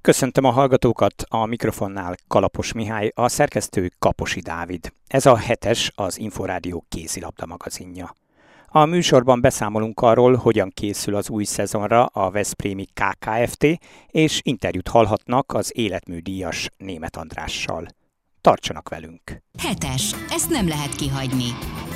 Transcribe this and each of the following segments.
Köszöntöm a hallgatókat, a mikrofonnál Kalapos Mihály, a szerkesztő Kaposi Dávid. Ez a hetes, az Inforádió kézilabda magazinja. A műsorban beszámolunk arról, hogyan készül az új szezonra a veszprémi KKFT, és interjút hallhatnak az életműdíjas Németh Andrással. Tartsanak velünk! Hetes, ezt nem lehet kihagyni.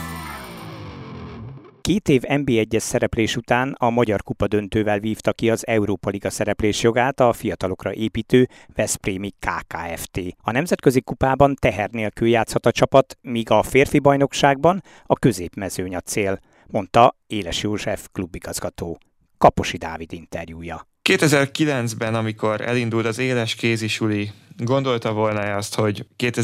2 év NB1-es szereplés után a Magyar Kupa döntővel vívta ki az Európa Liga szereplés jogát a fiatalokra építő veszprémi KKFT. A nemzetközi kupában teher nélkül játszhat a csapat, míg a férfi bajnokságban a középmezőny a cél, mondta Éles József klubigazgató. Kaposi Dávid interjúja. 2009-ben, amikor elindult az éles kézisuli, gondolta volna azt, hogy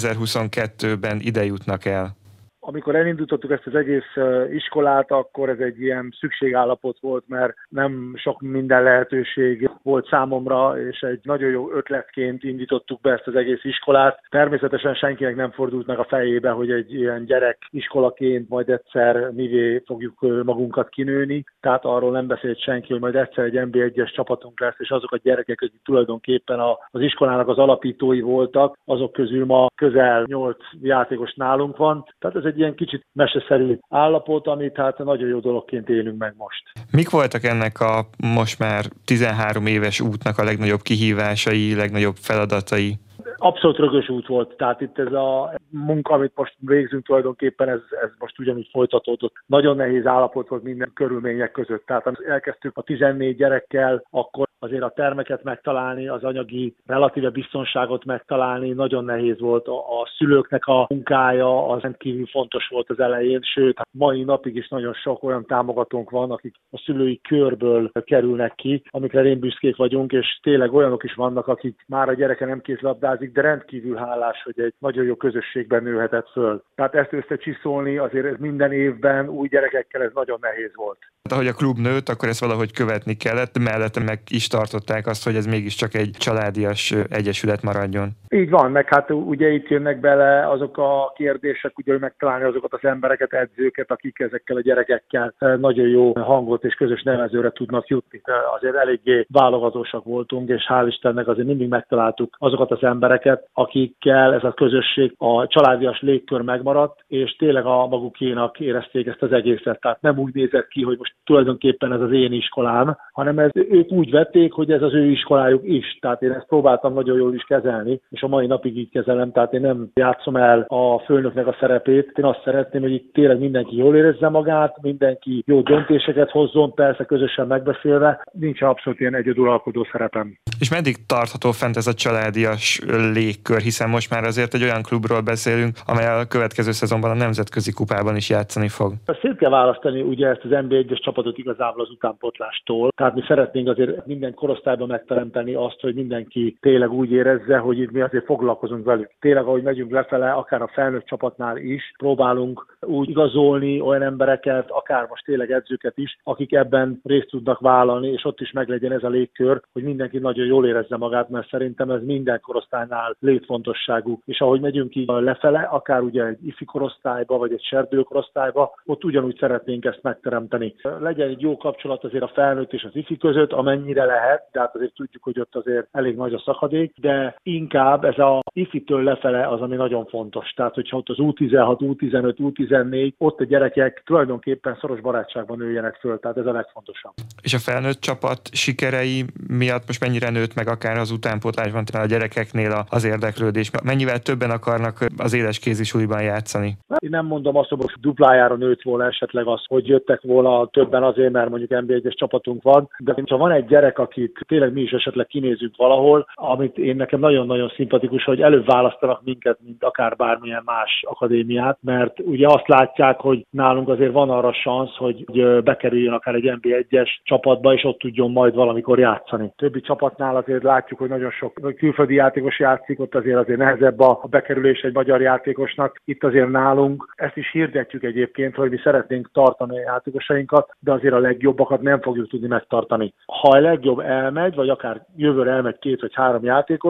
2022-ben ide jutnak el? Amikor elindítottuk ezt az egész iskolát, akkor ez egy ilyen szükségállapot volt, mert nem sok minden lehetőség volt számomra, és egy nagyon jó ötletként indítottuk be ezt az egész iskolát. Természetesen senkinek nem fordult meg a fejébe, hogy egy ilyen gyerek iskolaként majd egyszer mivé fogjuk magunkat kinőni. Tehát arról nem beszélt senki, hogy majd egyszer egy NB1-es csapatunk lesz, és azok a gyerekek, akik tulajdonképpen az iskolának az alapítói voltak, azok közül ma közel 8 játékos nálunk van. Tehát ez egy ilyen kicsit meseszerű állapot, amit hát nagyon jó dologként élünk meg most. Mik voltak ennek a most már 13 éves útnak a legnagyobb kihívásai, legnagyobb feladatai? Abszolút rögös út volt, tehát itt ez a munka, amit most végzünk tulajdonképpen, ez most ugyanúgy folytatódott. Nagyon nehéz állapot volt minden körülmények között, tehát amikor elkezdtük a 14 gyerekkel, akkor azért a termeket megtalálni, az anyagi relatíve biztonságot megtalálni, nagyon nehéz volt. A szülőknek a munkája az rendkívül fontos volt az elején, sőt, mai napig is nagyon sok olyan támogatónk van, akik a szülői körből kerülnek ki, amikre én büszkék vagyunk, és tényleg olyanok is vannak, akik már a gyereke nem kézlabdázik, de rendkívül hálás, hogy egy nagyon jó közösségben nőhetett föl. Tehát ezt összecsiszolni azért ez minden évben új gyerekekkel ez nagyon nehéz volt. Ahogy a klub nőtt, akkor ezt valahogy követni kellett, mellette meg is tartották azt, hogy ez mégiscsak egy családias egyesület maradjon. Így van, meg hát ugye itt jönnek bele azok a kérdések, ugye megtalálni azokat az embereket, edzőket, akik ezekkel a gyerekekkel nagyon jó hangot és közös nevezőre tudnak jutni. Azért eléggé válogatósak voltunk, és hál' Istennek azért mindig megtaláltuk azokat az embereket, akikkel ez a közösség, a családias légkör megmaradt, és tényleg a magukénak érezték ezt az egészet. Tehát nem úgy nézett ki, hogy most tulajdonképpen ez az én iskolám, hanem ők úgy vették, hogy ez az ő iskolájuk is. Tehát én ezt próbáltam nagyon jól is kezelni, és a mai napig így kezelem, tehát én nem játszom el a főnöknek a szerepét. Én azt szeretném, hogy itt tényleg mindenki jól érezze magát, mindenki jó döntéseket hozzon, persze közösen megbeszélve, nincs abszolút ilyen egyeduralkodó szerepem. És meddig tartható fent ez a családias légkör, hiszen most már azért egy olyan klubról beszélünk, amely a következő szezonban a nemzetközi kupában is játszani fog. Szét kell választani ugye ezt az NB1-es csapatot igazából az utánpótlástól. Tehát mi szeretnénk azért minden korosztályban megteremteni azt, hogy mindenki tényleg úgy érezze, hogy itt mi azért foglalkozunk velük. Tényleg, ahogy megyünk lefele, akár a felnőtt csapatnál is, próbálunk úgy igazolni olyan embereket, akár most tényleg edzőket is, akik ebben részt tudnak vállalni, és ott is meglegyen ez a légkör, hogy mindenki nagyon jól érezze magát, mert szerintem ez minden korosztálynál létfontosságú. És ahogy megyünk így lefele, akár ugye egy ifi korosztályba, vagy egy serdülőkorosztályba, ott ugyanúgy szeretnénk ezt megteremteni. Legyen egy jó kapcsolat azért a felnőtt és az ifi között, amennyire lehet, de hát azért tudjuk, hogy ott azért elég nagy a szakadék, de inkább ez a ifitől lefele az, ami nagyon fontos. Tehát, hogyha ott az U16, U15, U14, ott a gyerekek tulajdonképpen szoros barátságban nőjenek föl, tehát ez a legfontosabb. És a felnőtt csapat sikerei miatt most mennyire nőtt meg akár az utánpótlásban a gyerekeknél az érdeklődés? Mennyivel többen akarnak az éles kézisuliban játszani? Én nem mondom azt, hogy duplájára nőtt volna esetleg az, hogy jöttek volna többen azért, mert mondjuk NB1-es csapatunk van, de ha van egy gyerek, akit tényleg mi is esetleg kinézünk valahol, amit én nekem nagyon-nagyon szimpatikus, hogy előbb választanak minket, mint akár bármilyen más akadémiát, mert ugye azt látják, hogy nálunk azért van arra szansz, hogy bekerüljön akár egy NB1-es csapatba, és ott tudjon majd valamikor játszani. Többi csapatnál azért látjuk, hogy nagyon sok külföldi játékos játszik, ott azért nehezebb a bekerülés egy magyar játékosnak. Itt azért nálunk ezt is hirdetjük egyébként, hogy mi szeretnénk tartani a játékosainkat, de azért a legjobbakat nem fogjuk tudni megtartani. Ha a legjobb elmegy, vagy akár jövőre elmegy 2 vagy 3 játékos,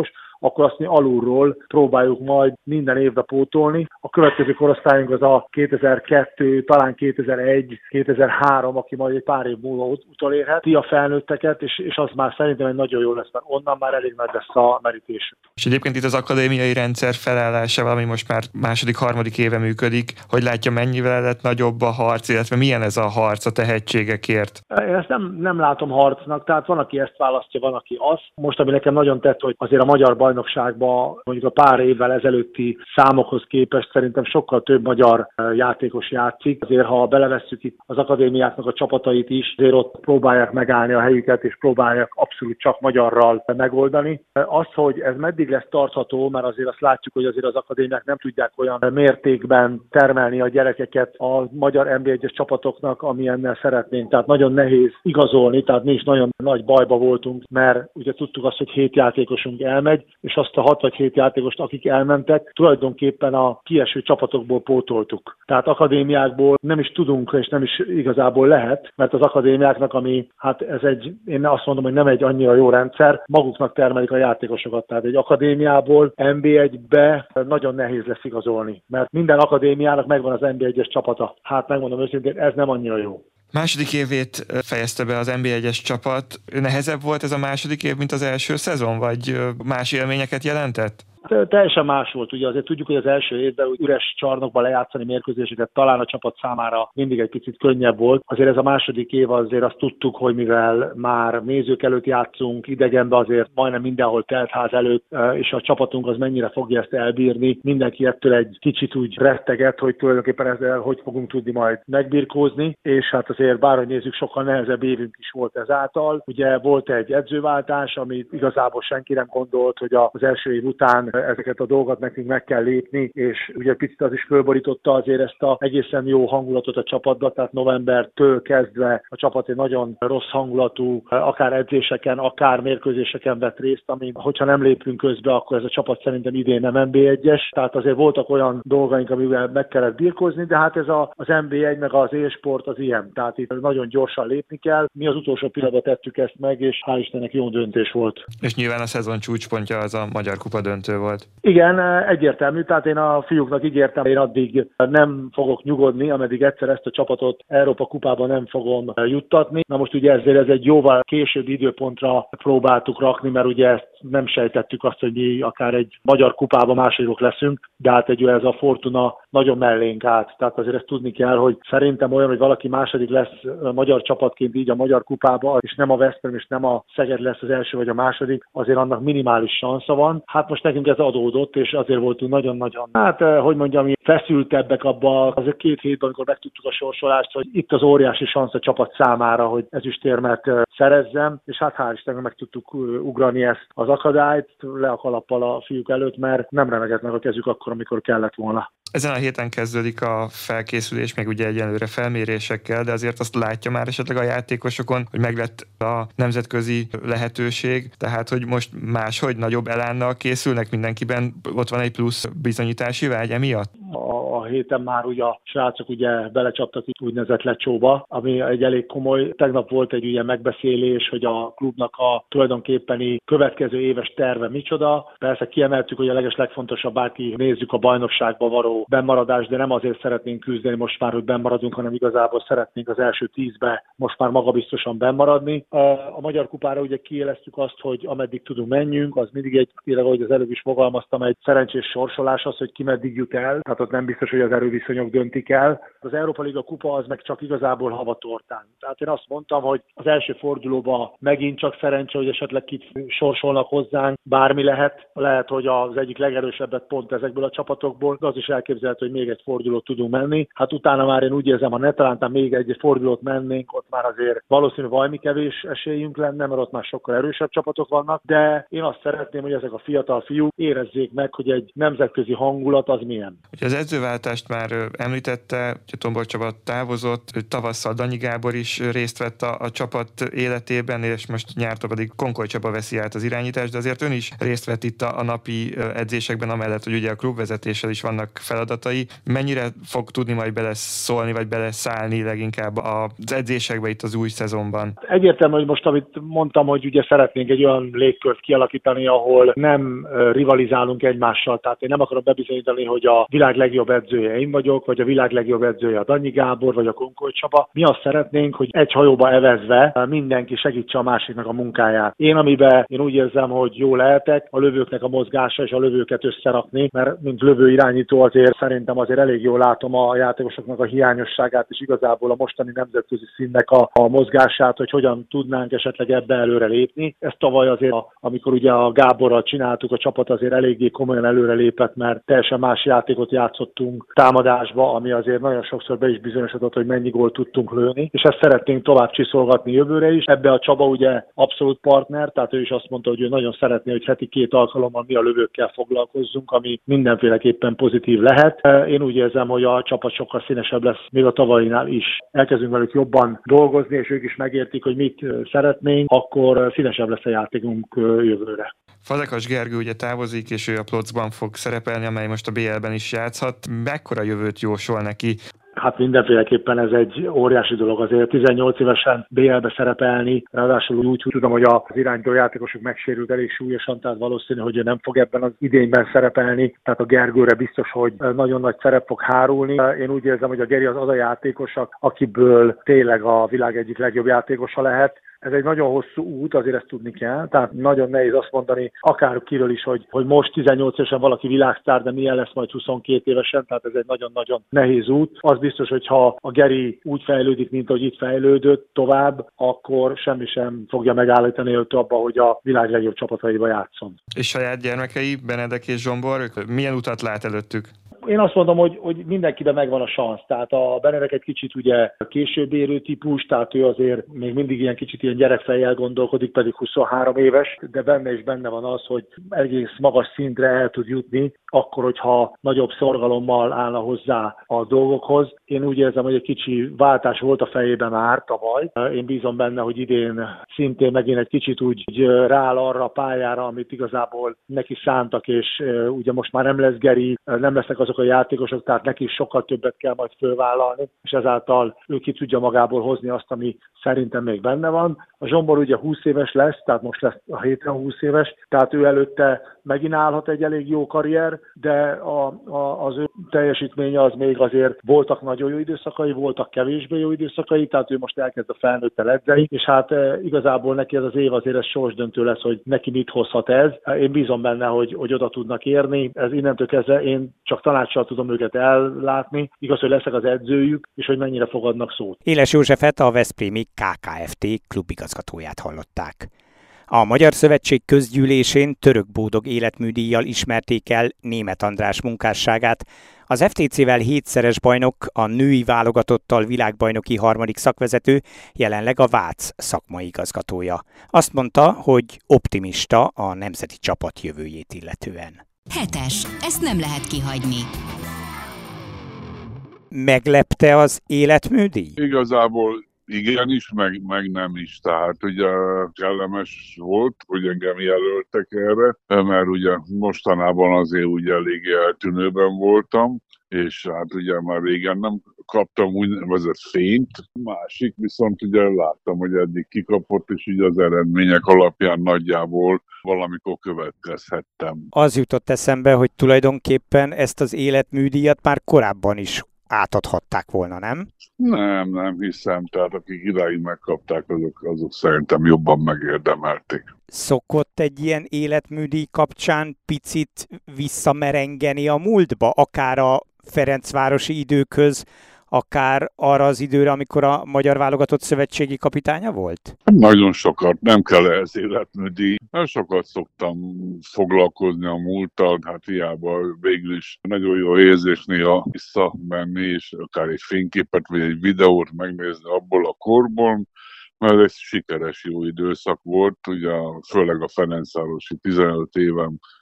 akkor azt mi alulról próbáljuk majd minden évbe pótolni. A következő korosztályunk az a 2002, talán 2001, 2003, aki majd egy pár év múlva utolérhet, a felnőtteket, és az már szerintem egy nagyon jó lesz, mert onnan már elég nagy lesz a merítés. És egyébként itt az akadémiai rendszer felállásával, ami most már második, harmadik éve működik, hogy látja, mennyivel lett nagyobb a harc, illetve milyen ez a harc a tehetségekért? Én ezt nem látom harcnak, tehát van, aki ezt választja, van, aki azt. Most, ami nekem nagyon tett, hogy azért a magyar bajnokságban mondjuk a pár évvel ezelőtti számokhoz képest szerintem sokkal több magyar játékos játszik. Azért, ha belevesszük itt az akadémiáknak a csapatait is, azért ott próbálják megállni a helyüket, és próbálják abszolút csak magyarral megoldani. Az, hogy ez meddig lesz tartható, mert azért azt látjuk, hogy azért az akadémiák nem tudják olyan mértékben termelni a gyerekeket a magyar NB1-es csapatoknak, amilyennel szeretnénk. Tehát nagyon nehéz igazolni, tehát mi is nagyon nagy bajba voltunk, mert ugye tudtuk azt, hogy 7 játékosunk elmegy, és azt a 6 vagy 7 játékost, akik elmentek, tulajdonképpen a kieső csapatokból pótoltuk. Tehát akadémiákból nem is tudunk, és nem is igazából lehet, mert az akadémiáknak, ami, hát ez én azt mondom, hogy nem egy annyira jó rendszer, maguknak termelik a játékosokat. Tehát egy akadémiából NB1-be nagyon nehéz lesz igazolni, mert minden akadémiának megvan az NB1-es csapata. Hát megmondom őszintén, ez nem annyira jó. Második évét fejezte be az NB1-es csapat. Nehezebb volt ez a második év, mint az első szezon, vagy más élményeket jelentett? Teljesen más volt, ugye azért tudjuk, hogy az első évben üres csarnokban lejátszani mérkőzéseket talán a csapat számára mindig egy picit könnyebb volt. Azért ez a második év azért azt tudtuk, hogy mivel már nézők előtt játszunk, idegenben azért majdnem mindenhol teltház előtt, és a csapatunk az mennyire fogja ezt elbírni. Mindenki ettől egy kicsit úgy retteget, hogy tulajdonképpen ezzel hogy fogunk tudni majd megbirkózni, és hát azért bárhogy nézzük, sokkal nehezebb évünk is volt ezáltal. Ugye volt egy edzőváltás, amit igazából senki nem gondolt, hogy az első év után ezeket a dolgokat nekünk meg kell lépni, és ugye picit az is fölborította azért ezt a egészen jó hangulatot a csapatba, tehát novembertől kezdve a csapat egy nagyon rossz hangulatú, akár edzéseken, akár mérkőzéseken vett részt, ami, hogyha nem lépünk közbe, akkor ez a csapat szerintem idén nem NB1-es, tehát azért voltak olyan dolgaink, amivel meg kellett birkózni, de hát ez az NB1 meg az e-sport az ilyen, tehát itt nagyon gyorsan lépni kell. Mi az utolsó pillanatban tettük ezt meg, és hál' Istennek jó döntés volt. És nyilván a szezon csúcspontja az a Magyar Kupa döntő volt. Igen, egyértelmű, tehát én a fiúknak ígértem, én addig nem fogok nyugodni, ameddig egyszer ezt a csapatot Európa kupában nem fogom juttatni. Na most ugye ezért ez egy jóval később időpontra próbáltuk rakni, mert ugye ezt nem sejtettük azt, hogy mi akár egy Magyar kupában másodikok leszünk, de hát ez a Fortuna nagyon mellénk állt. Tehát azért ezt tudni kell, hogy szerintem olyan, hogy valaki második lesz magyar csapatként így a Magyar kupába, és nem a Veszprém és nem a Szeged lesz az első vagy a második, azért annak minimális sansza van. Hát most nekünk ez adódott, és azért voltunk nagyon-nagyon, feszültebbek abban az 2 hétben, amikor megtudtuk a sorsolást, hogy itt az óriási sansz a csapat számára, hogy ezüstérmet szerezzem, és hát hál' Istennek meg tudtuk ugrani ezt az akadályt le a kalappal a fiúk előtt, mert nem remegett meg a kezük akkor, amikor kellett volna. Ezen a héten kezdődik a felkészülés, meg ugye egyelőre felmérésekkel, de azért azt látja már esetleg a játékosokon, hogy meglett a nemzetközi lehetőség, tehát hogy most máshogy nagyobb elánnal készülnek, mindenkiben ott van egy plusz bizonyítási vágy emiatt? A héten már ugye a srácok ugye belecsaptak itt úgynevezett lecsóba, ami egy elég komoly. Tegnap volt egy ugye megbeszélés, hogy a klubnak a tulajdonképpeni következő éves terve micsoda. Persze kiemeltük, hogy a legfontosabb, bárki nézzük a bajnokságba való bennmaradást, de nem azért szeretnénk küzdeni most már, hogy bennmaradunk, hanem igazából szeretnénk az első 10-be most már magabiztosan bennmaradni. A Magyar kupára ugye kiéleztük azt, hogy ameddig tudunk menjünk, az mindig egy, tényleg, ahogy az előbb is fogalmaztam, egy szerencsés sorsolás az, hogy ki meddig jut el, tehát ott nem biztos, hogy az erőviszonyok döntik el. Az Európa Liga kupa az meg csak igazából havatortán. Tehát én azt mondtam, hogy az első fordulóban megint csak szerencse, hogy esetleg kit sorsolnak hozzánk, bármi lehet. Lehet, hogy az egyik legerősebbet pont ezekből a csapatokból, de az is elképzelhető, hogy még egy fordulót tudunk menni. Hát utána már én úgy érzem, ha ne talán még egy fordulót mennénk, ott már azért valószínű valami kevés esélyünk lenne, mert ott már sokkal erősebb csapatok vannak, de én azt szeretném, hogy ezek a fiatal fiúk érezzék meg, hogy egy nemzetközi hangulat az milyen. Az edzőváltás váltást már említette, hogy Tombor Csaba távozott, tavasszal Danyi Gábor is részt vett a csapat életében, és most nyártól pedig Konkoly Csaba veszi át az irányítást, de azért ön is részt vett itt a napi edzésekben, amellett, hogy ugye a klubvezetéssel is vannak feladatai. Mennyire fog tudni majd beleszólni, vagy beleszállni leginkább az edzésekbe itt az új szezonban? Egyértelmű, hogy most, amit mondtam, hogy ugye szeretnénk egy olyan légkört kialakítani, ahol nem rivalizálunk egymással. Tehát én nem akarom bebizonyítani, hogy a világ legjobb edzője én vagyok, vagy a világ legjobb edzője a Danyi Gábor, vagy a Konkoly Csaba. Mi azt szeretnénk, hogy egy hajóba evezve mindenki segítse a másiknak a munkáját. Én úgy érzem, hogy jó lehetek, a lövőknek a mozgása és a lövőket összerakni, mert mint lövő irányító azért szerintem azért elég jól látom a játékosoknak a hiányosságát, és igazából a mostani nemzetközi színnek a mozgását, hogy hogyan tudnánk esetleg ebbe előre lépni. Ezt tavaly azért, amikor ugye a Gáborral csináltuk, a csapat azért eléggé komolyan előre lépett, mert teljesen más játékot játszottunk támadásba, ami azért nagyon sokszor be is bizonyosodott, hogy mennyi gólt tudtunk lőni, és ezt szeretnénk tovább csiszolgatni jövőre is. Ebbe a Csaba ugye abszolút partner, tehát ő is azt mondta, hogy ő nagyon szeretné, hogy heti 2 alkalommal mi a lövőkkel foglalkozzunk, ami mindenféleképpen pozitív lehet. Én úgy érzem, hogy a csapat sokkal színesebb lesz még a tavalyinál is. Elkezdünk velük jobban dolgozni, és ők is megértik, hogy mit szeretnénk, akkor színesebb lesz a játékunk jövőre. Fazekas Gergő ugye távozik, és ő a Plockban fog szerepelni, amely most a BL-ben is játszhat. Mekkora jövőt jósol neki? Hát mindenféleképpen ez egy óriási dolog, azért 18 évesen BL-be szerepelni, ráadásul úgy tudom, hogy az irányító játékosok megsérült elég súlyosan, tehát valószínű, hogy ő nem fog ebben az idényben szerepelni, tehát a Gergőre biztos, hogy nagyon nagy szerep fog hárulni. Én úgy érzem, hogy a Geri az a játékos, akiből tényleg a világ egyik legjobb játékosa lehet. Ez egy nagyon hosszú út, azért ezt tudni kell, tehát nagyon nehéz azt mondani, akár kiről is, hogy most 18 évesen valaki világsztár, de milyen lesz majd 22 évesen, tehát ez egy nagyon-nagyon nehéz út. Az biztos, hogy ha a Geri úgy fejlődik, mint ahogy itt fejlődött tovább, akkor semmi sem fogja megállítani őt abba, hogy a világ legjobb csapataiba játszon. És saját gyermekei, Benedek és Zsombor, milyen utat lát előttük? Én azt mondom, hogy mindenkiben megvan a szansz. Tehát a Benedek egy kicsit ugye később érő típus, tehát ő azért még mindig ilyen kicsit ilyen gyerekfejjel gondolkodik, pedig 23 éves, de benne is benne van az, hogy egész magas szintre el tud jutni, akkor, hogyha nagyobb szorgalommal állna hozzá a dolgokhoz. Én úgy érzem, hogy egy kicsi váltás volt a fejében már tavaly. Én bízom benne, hogy idén szintén megint egy kicsit úgy rááll arra a pályára, amit igazából neki szántak, és ugye most már nem lesz Geri, nem lesznek azok a játékosok, tehát neki sokkal többet kell majd fölvállalni, és ezáltal ő ki tudja magából hozni azt, ami szerintem még benne van. A Zsombor ugye 20 éves lesz, tehát most lesz a héten 20 éves, tehát ő előtte megint állhat egy elég jó karrier, de az ő teljesítménye az még azért voltak nagyon jó időszakai, voltak kevésbé jó időszakai, tehát ő most elkezd a felnőttel edzeni, és hát igazából neki ez az év azért ez sorsdöntő lesz, hogy neki mit hozhat ez. Én bízom benne, hogy oda tudnak érni. Ez innentől kezdve én csak tanácssal tudom őket ellátni. Igaz, hogy leszek az edzőjük, és hogy mennyire fogadnak szót. Éles Józsefet, a veszprémi KKFT klubigazgatóját hallották. A Magyar Szövetség közgyűlésén Török Bódog életműdíjjal ismerték el Németh András munkásságát. Az FTC-vel 7-szeres bajnok, a női válogatottal világbajnoki 3. szakvezető, jelenleg a Vác szakmai igazgatója. Azt mondta, hogy optimista a nemzeti csapat jövőjét illetően. 7-es, ezt nem lehet kihagyni. Meglepte az életműdíj? Igazából igenis, meg nem is. Tehát ugye kellemes volt, hogy engem jelöltek erre, mert ugye mostanában azért ugye eléggé eltűnőben voltam, és hát ugye már régen nem kaptam úgynevezett fényt. Másik viszont ugye láttam, hogy eddig kikapott, és ugye az eredmények alapján nagyjából valamikor következhettem. Az jutott eszembe, hogy tulajdonképpen ezt az életműdíjat már korábban is átadhatták volna, nem? Nem hiszem. Tehát akik idáig megkapták, azok szerintem jobban megérdemelték. Szokott egy ilyen életműdíj kapcsán picit visszamerengeni a múltba, akár a ferencvárosi időkhöz, akár arra az időre, amikor a magyar válogatott szövetségi kapitánya volt? Nagyon sokat, nem kell ehhez életműdíj. Nagyon sokat szoktam foglalkozni a múlttal, hát hiába végül is nagyon jó érzés néha visszamenni, és akár egy fényképet vagy egy videót megnézni abból a korból, mert ez sikeres jó időszak volt, ugye főleg a ferencvárosi 15 évem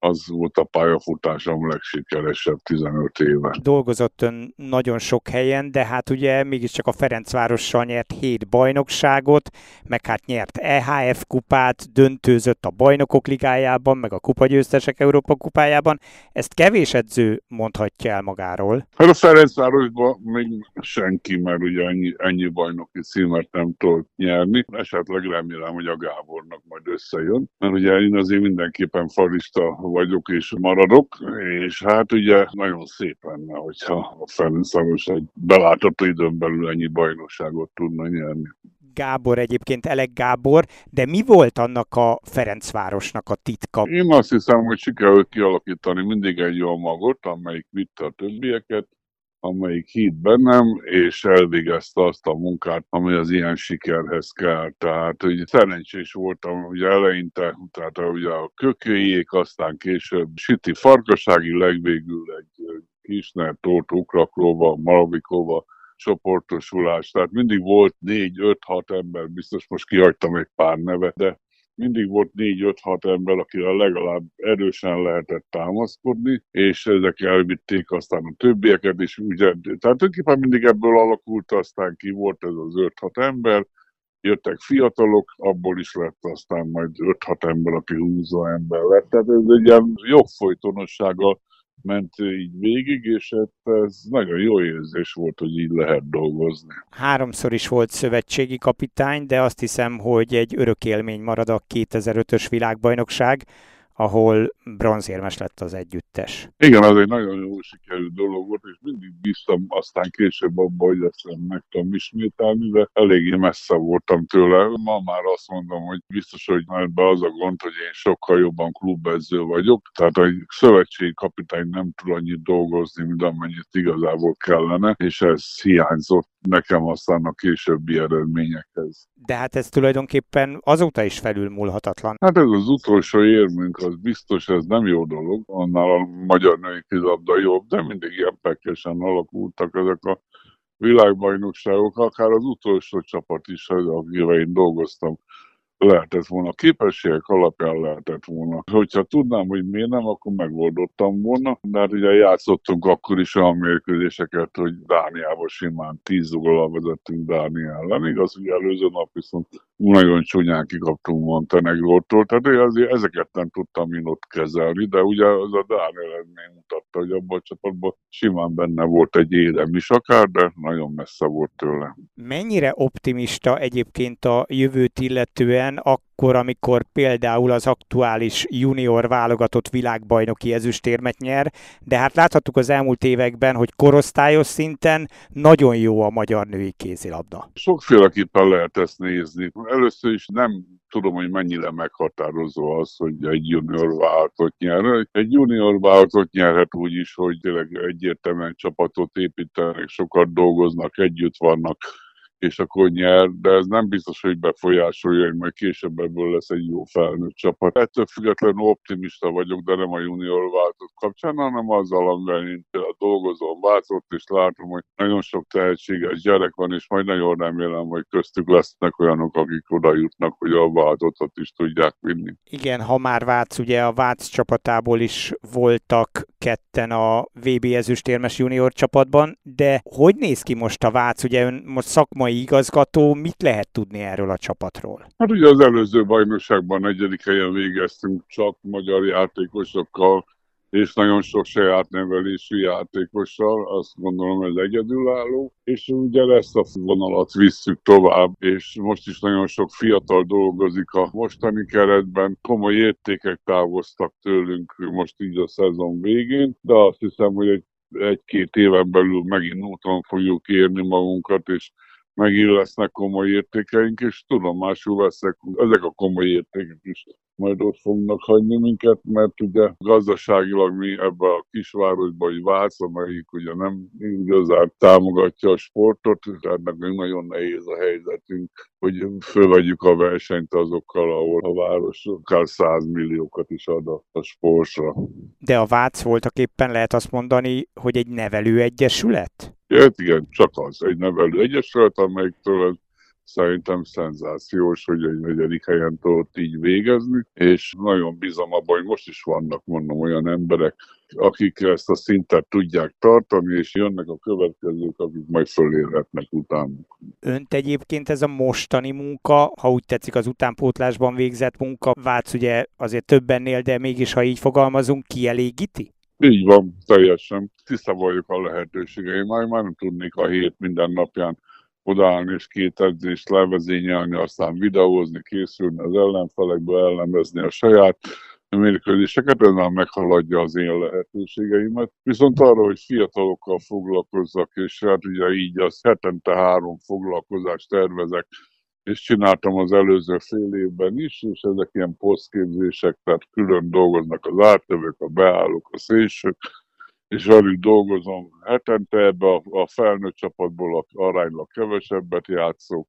az volt a pályafutásom legsikeresebb 15 éve. Dolgozott ön nagyon sok helyen, de hát ugye mégiscsak a Ferencvárossal nyert 7 bajnokságot, meg hát nyert EHF kupát, döntőzött a Bajnokok Ligájában, meg a kupagyőztesek Európa kupájában. Ezt kevés edző mondhatja el magáról. Hát a Ferencvárosban még senki, mert ugye ennyi bajnoki címet nem tudott nyerni. Esetleg remélem, hogy a Gábornak majd összejön, mert ugye én azért mindenképpen farista vagyok és maradok, és hát ugye nagyon szép lenne, hogyha a Ferencváros egy belátható időn belül ennyi bajnokságot tudna nyerni. Gábor egyébként Elek Gábor, de mi volt annak a Ferencvárosnak a titka? Én azt hiszem, hogy sikerült kialakítani mindig egy olyan magot, amelyik vitte a többieket, amelyik hitt bennem, és elvégezte azt a munkát, ami az ilyen sikerhez kell. Tehát, hogy szerencsés voltam ugye eleinte, tehát ugye a Kökőjék, aztán később Siti Farkasági, legvégül egy Kisner, Tóth Ukrakóba, Maravikóba csoportosulás. Tehát mindig volt 4-5-6 ember, biztos most kihagytam egy pár nevet, de mindig volt 4-5-6 ember, akire legalább erősen lehetett támaszkodni, és ezek elvitték aztán a többieket, és ugye, tehát tulajdonképpen mindig ebből alakult, aztán ki volt ez az 5-6 ember, jöttek fiatalok, abból is lett aztán majd 5-6 ember, aki húzó ember lett. Tehát ez egy ilyen jogfolytonossággal ment így végig, és ez nagyon jó érzés volt, hogy így lehet dolgozni. 3-szor is volt szövetségi kapitány, de azt hiszem, hogy egy örök élmény marad a 2005-ös világbajnokság, ahol bronzérmes lett az együttes. Igen, az egy nagyon jó sikerült dolog volt, és mindig bíztam aztán később abban, hogy ezt meg tudom ismételni, de eléggé messze voltam tőle. Ma már azt mondom, hogy biztos, hogy ebben az a gond, hogy én sokkal jobban klubedző vagyok, tehát egy szövetségi kapitány nem tud annyit dolgozni, mint amennyit igazából kellene, és ez hiányzott nekem aztán a későbbi eredményekhez. De hát ez tulajdonképpen azóta is felülmúlhatatlan. Hát ez az utolsó érmünk, az biztos, ez nem jó dolog. Annál a magyar női kézilabda jobb, de mindig ilyen pekesen alakultak ezek a világbajnokságok, akár az utolsó csapat is, akivel én dolgoztam, lehetett volna. A képességek alapján lehetett volna. Hogyha tudnám, hogy miért nem, akkor megoldottam volna. De hát ugye játszottunk akkor is olyan mérkőzéseket, hogy Dániával simán 10 góllal vezettünk Dánia ellen. Igaz, hogy előző nap viszont nagyon csúnyán kikaptunk Montenegrótól, tehát azért ezeket nem tudtam én ott kezelni, de ugye az a Dán eredmény mutatta, hogy abban a csapatban simán benne volt egy érem is akár, de nagyon messze volt tőle. Mennyire optimista egyébként a jövőt illetően akkor, amikor például az aktuális junior válogatott világbajnoki ezüstérmet nyer, de hát láthattuk az elmúlt években, hogy korosztályos szinten nagyon jó a magyar női kézilabda. Sokféleképpen lehet ezt nézni. Először is nem tudom, hogy mennyire meghatározó az, hogy egy junior válogatott nyer. Egy junior válogatott nyerhet úgy is, hogy tényleg egyértelműen csapatot építenek, sokat dolgoznak, együtt vannak, és akkor nyer, de ez nem biztos, hogy befolyásolja, hogy majd később ebből lesz egy jó felnőtt csapat. Ettől függetlenül optimista vagyok, de nem a junior váltott kapcsán, hanem azzal, amivel én dolgozom, váltott, és látom, hogy nagyon sok tehetséges gyerek van, és majd nagyon remélem, hogy köztük lesznek olyanok, akik oda jutnak, hogy a váltottat is tudják vinni. Igen, ha már Vác, ugye a Vác csapatából is voltak ketten a VB ezüstérmes junior csapatban, de hogy néz ki most a Vác? Ugye ön most szakmai igazgató, mit lehet tudni erről a csapatról? Hát ugye az előző bajnokságban 4. helyen végeztünk csak magyar játékosokkal, és nagyon sok saját nevelésű játékossal, azt gondolom ez egyedülálló, és ugye ezt a vonalat visszük tovább, és most is nagyon sok fiatal dolgozik a mostani keretben, komoly értékek távoztak tőlünk most így a szezon végén, de azt hiszem, hogy egy-két éven belül megint úton fogjuk érni magunkat, és megint lesznek komoly értékeink, és tudomásul veszek, ezek a komoly értékek is majd ott fognak hagyni minket, mert ugye gazdaságilag mi ebben a kisvárosban, hogy Vác, amelyik ugye nem igazán támogatja a sportot, tehát nekünk nagyon nehéz a helyzetünk, hogy fölvegyük a versenyt azokkal, ahol a város akár 100 milliókat is ad a sportra. De a Vác voltak éppen lehet azt mondani, hogy egy nevelőegyesület? Hát igen, csak az, egy nevelő egyesület, amelyiktől szerintem szenzációs, hogy egy 4. helyen tudott így végezni, és nagyon bízom abban, hogy most is vannak, mondom, olyan emberek, akik ezt a szintet tudják tartani, és jönnek a következők, akik majd fölérhetnek utánuk. Önt egyébként ez a mostani munka, ha úgy tetszik az utánpótlásban végzett munka, Vác ugye azért többennél, de mégis, ha így fogalmazunk, kielégíti? Így van, teljesen. Tiszta vagyok a lehetőségeim. Már nem tudnék a hét minden napján odaállni és 2 edzést levezényelni, aztán videózni, készülni az ellenfelekből, elemezni a saját mérkőzéseket, ez már meghaladja az én lehetőségeimet. Viszont arra, hogy fiatalokkal foglalkozzak, és hát ugye így az hetente 3 foglalkozást tervezek, és csináltam az előző fél évben is, és ezek ilyen posztképzések, tehát külön dolgoznak az átlövők, a beállók, a szélsők, és velük dolgozom hetente, ebbe a felnőtt csapatból aránylag kevesebbet játszok,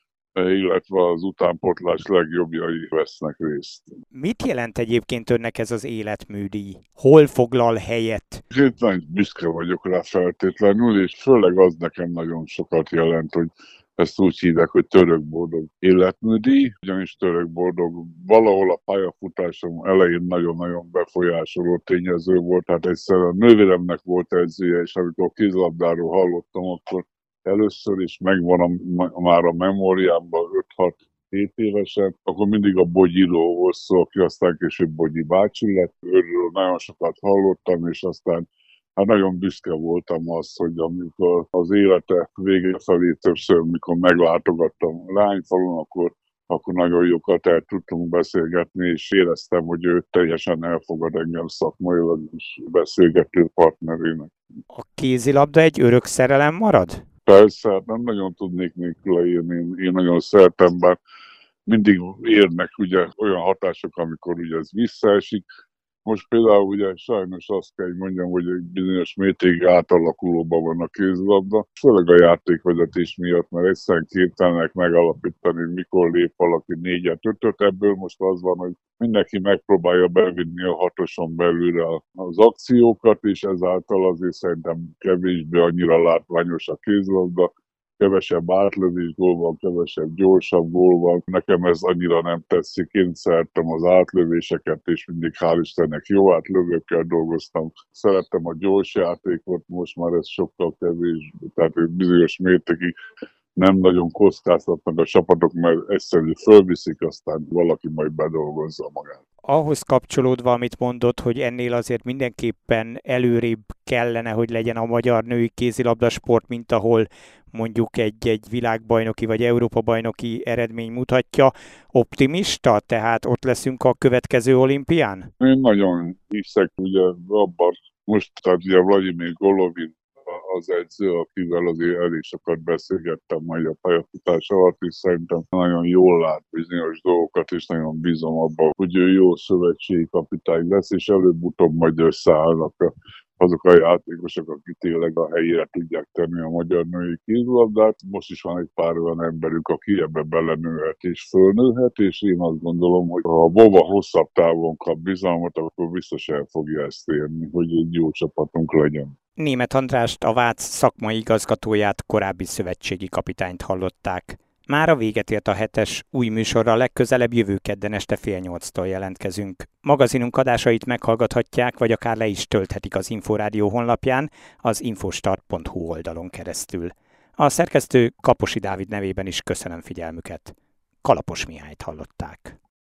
illetve az utánpótlás legjobbjai vesznek részt. Mit jelent egyébként önnek ez az életműdíj? Hol foglal helyet? Én nagyon büszke vagyok rá feltétlenül, és főleg az nekem nagyon sokat jelent, hogy ezt úgy hívják, hogy Török Boldog életműdíj, ugyanis Török Boldog valahol a pályafutásom elején nagyon-nagyon befolyásoló tényező volt, tehát egyszer a nővéremnek volt edzője, és amikor kézilabdáról hallottam, akkor először is megvan már a memóriámban 5-6-7 évesen, akkor mindig a Bogyiló volt szó, aki aztán később Bogyi bácsi lett, őről nagyon sokat hallottam, és aztán hát nagyon büszke voltam az, hogy amikor az élete vége felé többször, mikor meglátogattam Lányfalun, akkor nagyon jókat el tudtunk beszélgetni, és éreztem, hogy ő teljesen elfogad engem szakmailag is beszélgető partnerének. A kézilabda egy örök szerelem marad? Persze, hát nem nagyon tudnék nélküle élni, én nagyon szeretem, bár mindig érnek ugye olyan hatások, amikor ugye ez visszaesik. Most például ugye sajnos azt kell, hogy mondjam, hogy egy bizonyos mértékig átalakulóban van a kézilabda, főleg a játékvezetés miatt, mert egyszerűen képtelenek megalapítani, hogy mikor lép valaki 4-5-öt, ebből most az van, hogy mindenki megpróbálja bevinni a 6-oson belülre az akciókat, és ezáltal azért szerintem kevésbé annyira látványos a kézilabda, kevesebb átlövés gól van, kevesebb gyorsabb gól van. Nekem ez annyira nem tetszik. Én szerettem az átlövéseket, és mindig hál' Istennek jó átlövőkkel dolgoztam. Szerettem a gyors játékot, most már ez sokkal kevés, tehát bizonyos mértékig nem nagyon kockáztatnak a csapatok, mert egyszerűen fölviszik, aztán valaki majd bedolgozza magát. Ahhoz kapcsolódva, amit mondott, hogy ennél azért mindenképpen előrébb kellene, hogy legyen a magyar női kézilabdasport, mint ahol mondjuk egy világbajnoki vagy Európa-bajnoki eredmény mutatja. Optimista? Tehát ott leszünk a következő olimpián? Én nagyon hiszek ugye abban, most tehát ugye Vladimir Golovin az edző, akivel azért elég sokat beszélgettem majd a pályafutás alatt, és szerintem nagyon jól lát bizonyos dolgokat, és nagyon bízom abban, hogy ő jó szövetségi kapitány lesz, és előbb-utóbb majd összeállnak azok a játékosok, akik tényleg a helyére tudják tenni a magyar női kézilabdát. Most is van egy pár olyan emberük, aki ebbe belenőhet és fölnőhet, és én azt gondolom, hogy ha a Vova hosszabb távon kap bizalmat, akkor biztos el fogja ezt érni, hogy egy jó csapatunk legyen. Németh Andrást, a Vác szakmai igazgatóját, korábbi szövetségi kapitányt hallották. Mára véget ért a 7-es, új műsorra legközelebb jövő kedden este 7:30-tól jelentkezünk. Magazinunk adásait meghallgathatják, vagy akár le is tölthetik az Inforádió honlapján, az infostart.hu oldalon keresztül. A szerkesztő Kaposi Dávid nevében is köszönöm figyelmüket. Kalapos Mihályt hallották.